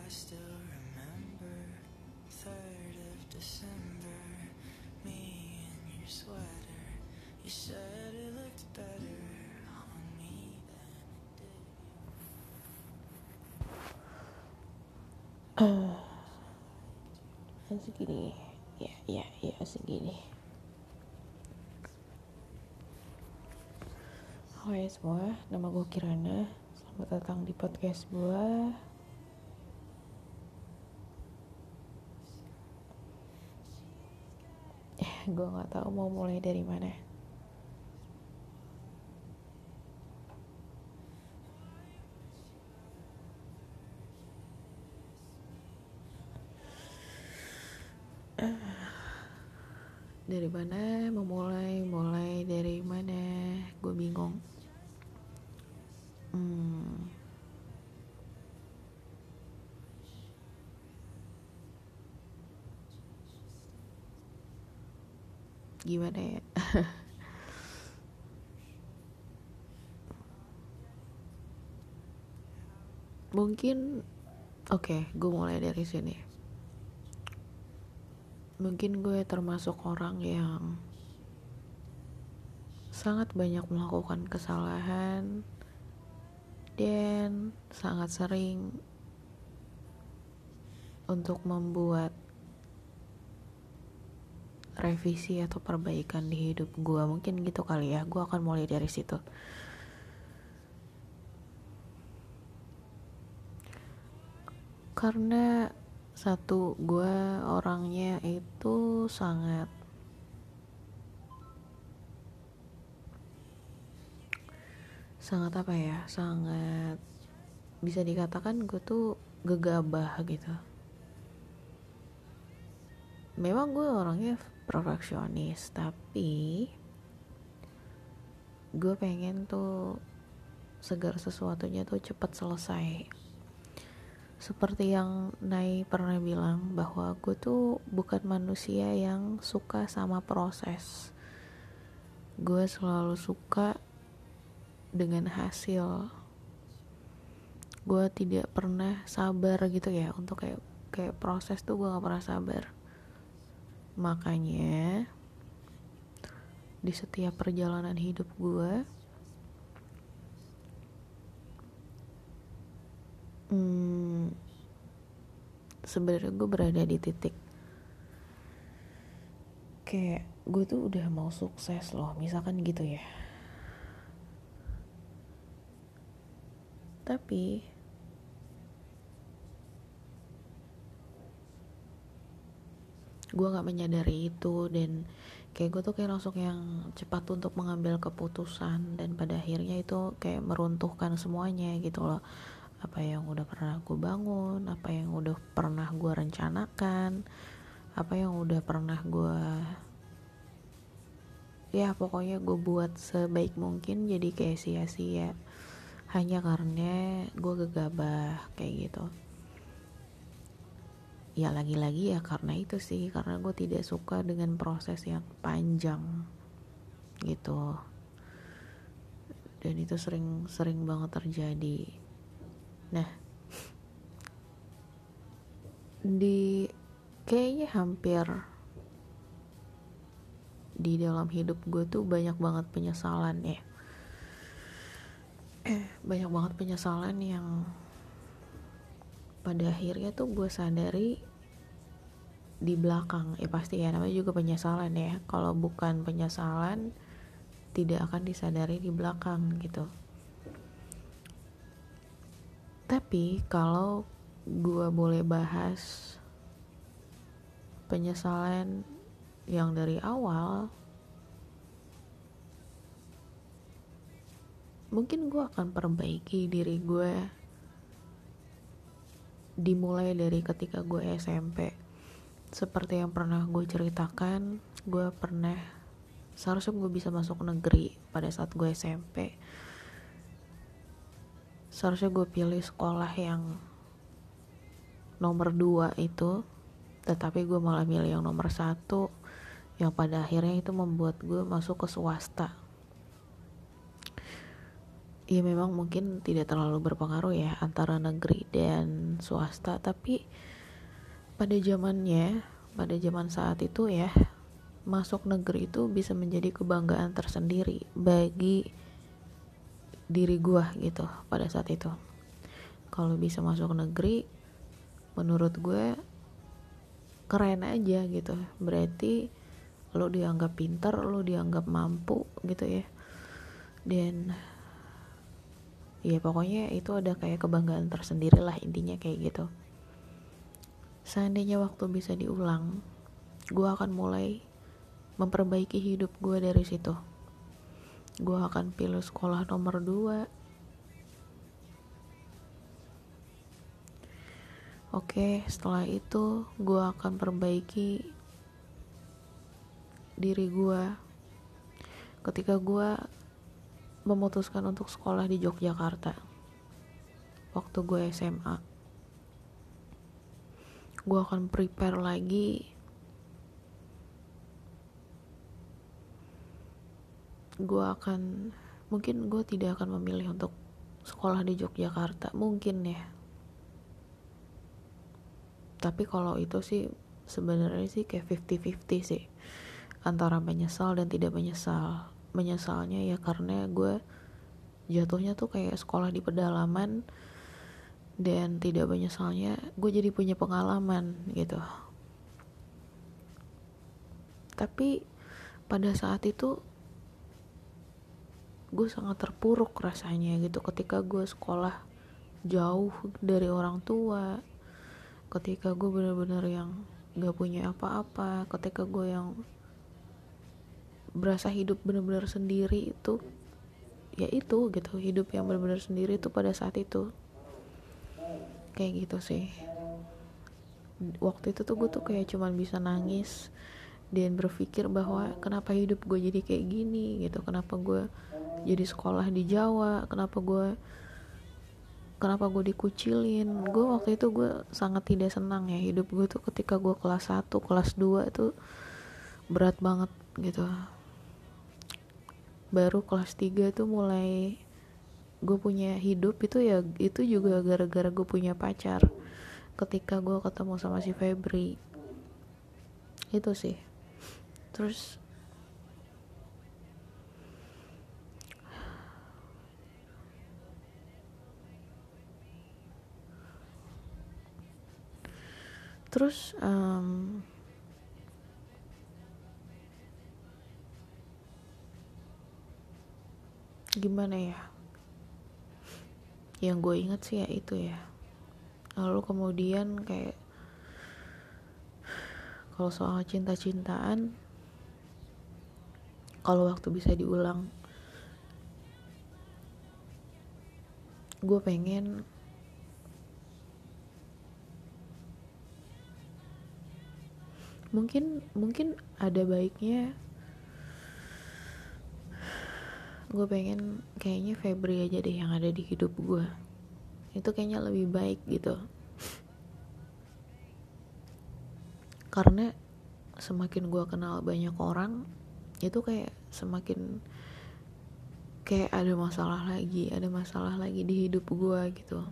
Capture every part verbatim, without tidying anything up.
still remember third of December, me in your sweater. You said it looked better on me than it did you. Uh, segini, ya, ya, ya segini. Hai semua, nama gue Kirana. Selamat datang di podcast gue. Eh, gue nggak tahu mau mulai dari mana. Dari mana memulai, mulai dari mana? Gue bingung. Hmm. Gimana ya? Mungkin, oke, okay, gue mulai dari sini. Mungkin gue termasuk orang yang sangat banyak melakukan kesalahan dan sangat sering untuk membuat revisi atau perbaikan di hidup gue. Mungkin gitu kali ya. Gue akan mulai dari situ. Karena satu, gue orangnya itu sangat sangat apa ya, sangat bisa dikatakan gue tuh gegabah gitu. Memang gue orangnya perfeksionis, tapi gue pengen tuh segala sesuatunya tuh cepat selesai. Seperti yang Nai pernah bilang, bahwa gue tuh bukan manusia yang suka sama proses. Gue selalu suka dengan hasil. Gue tidak pernah sabar gitu ya, untuk kayak kayak proses tuh gue gak pernah sabar. Makanya di setiap perjalanan hidup gue, hmm, sebenarnya gue berada di titik kayak gue tuh udah mau sukses loh, misalkan gitu ya. Tapi gue gak menyadari itu, dan kayak gue tuh kayak langsung yang cepat untuk mengambil keputusan, dan pada akhirnya itu kayak meruntuhkan semuanya gitu loh. Apa yang udah pernah gue bangun, apa yang udah pernah gue rencanakan, apa yang udah pernah gue, ya pokoknya gue buat sebaik mungkin, jadi kayak sia-sia hanya karena gue gegabah kayak gitu. Ya lagi-lagi ya karena itu sih, karena gue tidak suka dengan proses yang panjang gitu, dan itu sering-sering banget terjadi. Nah, di kayaknya hampir di dalam hidup gue tuh banyak banget penyesalan ya. Eh, banyak banget penyesalan yang pada akhirnya tuh gue sadari di belakang. Ya pasti ya, namanya juga penyesalan ya. Kalau bukan penyesalan, tidak akan disadari di belakang gitu. Tapi kalau gue boleh bahas penyesalan yang dari awal, mungkin gue akan perbaiki diri gue dimulai dari ketika gue S M P. Seperti yang pernah gue ceritakan, gue pernah, seharusnya gue bisa masuk negeri pada saat gue S M P. Seharusnya gue pilih sekolah yang nomor dua itu, tetapi gue malah milih yang nomor satu, yang pada akhirnya itu membuat gue masuk ke swasta. ya memang mungkin tidak terlalu berpengaruh ya antara negeri dan swasta, tapi pada zamannya, pada zaman saat itu ya, masuk negeri itu bisa menjadi kebanggaan tersendiri bagi diri gua gitu pada saat itu. Kalau bisa masuk negeri, menurut gue keren aja gitu, berarti lo dianggap pinter, lo dianggap mampu gitu ya. Dan ya pokoknya itu ada kayak kebanggaan tersendiri lah, intinya kayak gitu. Seandainya waktu bisa diulang, gue akan mulai memperbaiki hidup gue dari situ. Gue akan pilih sekolah nomor dua. Oke, setelah itu gue akan perbaiki diri gue ketika gue memutuskan untuk sekolah di Yogyakarta. Waktu gue S M A, gue akan prepare lagi. Gue akan, mungkin gue tidak akan memilih untuk sekolah di Yogyakarta, mungkin ya. Tapi kalau itu sih sebenarnya sih kayak fifty-fifty sih, antara menyesal dan tidak menyesal. Menyesalnya ya karena gue jatuhnya tuh kayak sekolah di pedalaman, dan tidak menyesalnya gue jadi punya pengalaman gitu. Tapi pada saat itu gue sangat terpuruk rasanya gitu ketika gue sekolah jauh dari orang tua, ketika gue benar-benar yang gak punya apa-apa, ketika gue yang berasa hidup benar-benar sendiri itu, ya itu gitu, hidup yang benar-benar sendiri itu pada saat itu kayak gitu sih. Waktu itu tuh gue tuh kayak cuman bisa nangis dan berpikir bahwa kenapa hidup gue jadi kayak gini gitu, kenapa gue jadi sekolah di Jawa, kenapa gue kenapa gue dikucilin. Gue waktu itu gue sangat tidak senang ya hidup gue tuh ketika gue kelas satu, kelas dua itu berat banget gitu. Baru kelas tiga tuh mulai gue punya hidup itu ya, itu juga gara-gara gue punya pacar. Ketika gue ketemu sama si Febri itu sih. Terus terus um, gimana ya, yang gue inget sih ya itu ya. Lalu kemudian kayak kalau soal cinta-cintaan, kalau waktu bisa diulang, gue pengen mungkin mungkin ada baiknya gue pengen kayaknya Febri aja deh yang ada di hidup gue. Itu kayaknya lebih baik gitu, karena semakin gue kenal banyak orang itu kayak semakin kayak ada masalah lagi, ada masalah lagi di hidup gue gitu.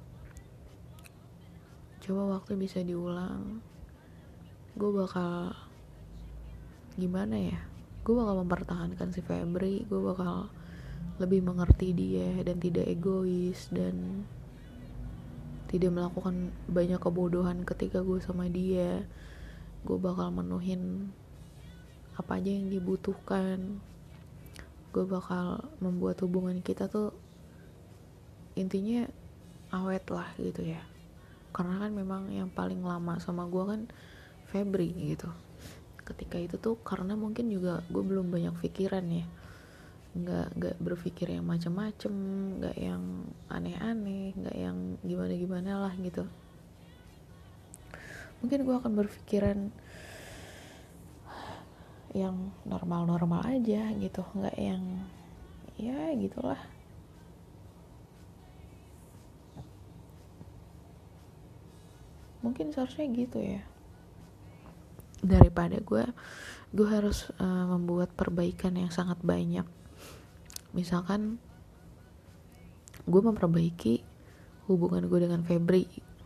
Coba waktu bisa diulang, gue bakal gimana ya, gue bakal mempertahankan si Febri, gue bakal lebih mengerti dia dan tidak egois dan tidak melakukan banyak kebodohan ketika gue sama dia. Gue bakal menuhin apa aja yang dibutuhkan. Gue bakal membuat hubungan kita tuh intinya awet lah gitu ya, karena kan memang yang paling lama sama gue kan Febri gitu. Ketika itu tuh karena mungkin juga gue belum banyak pikiran ya, nggak nggak berpikir yang macam-macam, nggak yang aneh-aneh, nggak yang gimana-gimana lah gitu. Mungkin gue akan berpikiran yang normal-normal aja gitu, nggak yang ya gitulah. Mungkin seharusnya gitu ya, daripada gue gue harus uh, membuat perbaikan yang sangat banyak. Misalkan gue memperbaiki hubungan gue dengan Febri,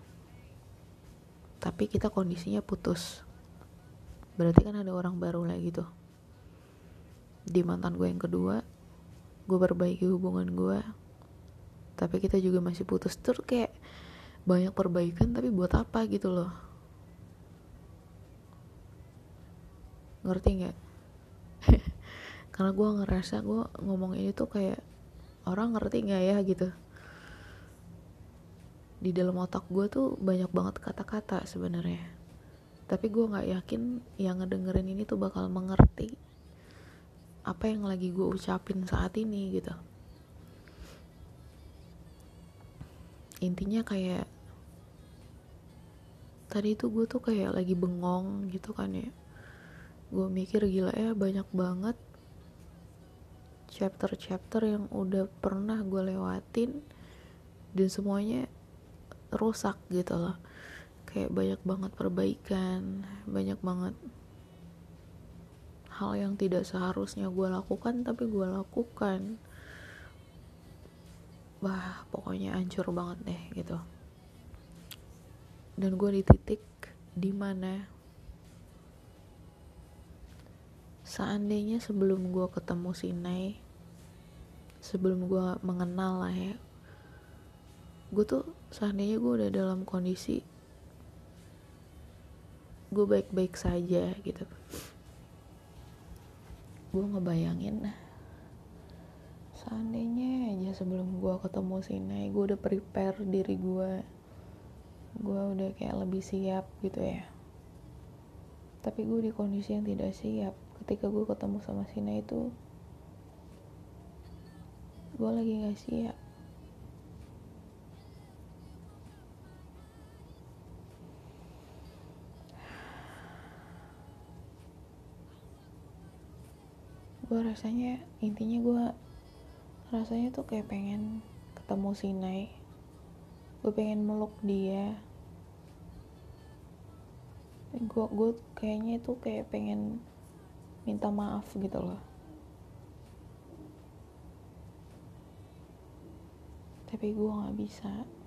tapi kita kondisinya putus. Berarti kan ada orang baru lagi tuh. Di mantan gue yang kedua, gue perbaiki hubungan gue, tapi kita juga masih putus. Terus kayak banyak perbaikan tapi buat apa gitu loh. Ngerti gak? Karena gue ngerasa gue ngomong ini tuh kayak orang ngerti gak ya gitu. Di dalam otak gue tuh banyak banget kata-kata sebenarnya, tapi gue nggak yakin yang ngedengerin ini tuh bakal mengerti apa yang lagi gue ucapin saat ini gitu. Intinya kayak tadi tuh gue tuh kayak lagi bengong gitu kan ya. Gue mikir gila ya, banyak banget chapter-chapter yang udah pernah gue lewatin dan semuanya rusak gitu loh. Kayak banyak banget perbaikan, banyak banget hal yang tidak seharusnya gue lakukan tapi gue lakukan. Wah, pokoknya hancur banget deh gitu. Dan gue di titik dimana seandainya sebelum gue ketemu si Nay, sebelum gue mengenal lah ya, gue tuh seandainya gue udah dalam kondisi gue baik-baik saja gitu. Gue ngebayangin seandainya aja sebelum gue ketemu si Nay, gue udah prepare diri gue, gue udah kayak lebih siap gitu ya. Tapi gue di kondisi yang tidak siap. Ketika gue ketemu sama si Nay itu, gue lagi gak siap. Gue rasanya, intinya gue rasanya tuh kayak pengen ketemu si Nay. Gue pengen meluk dia. Gue gue kayaknya tuh kayak pengen minta maaf gitu loh. Tapi gue nggak bisa.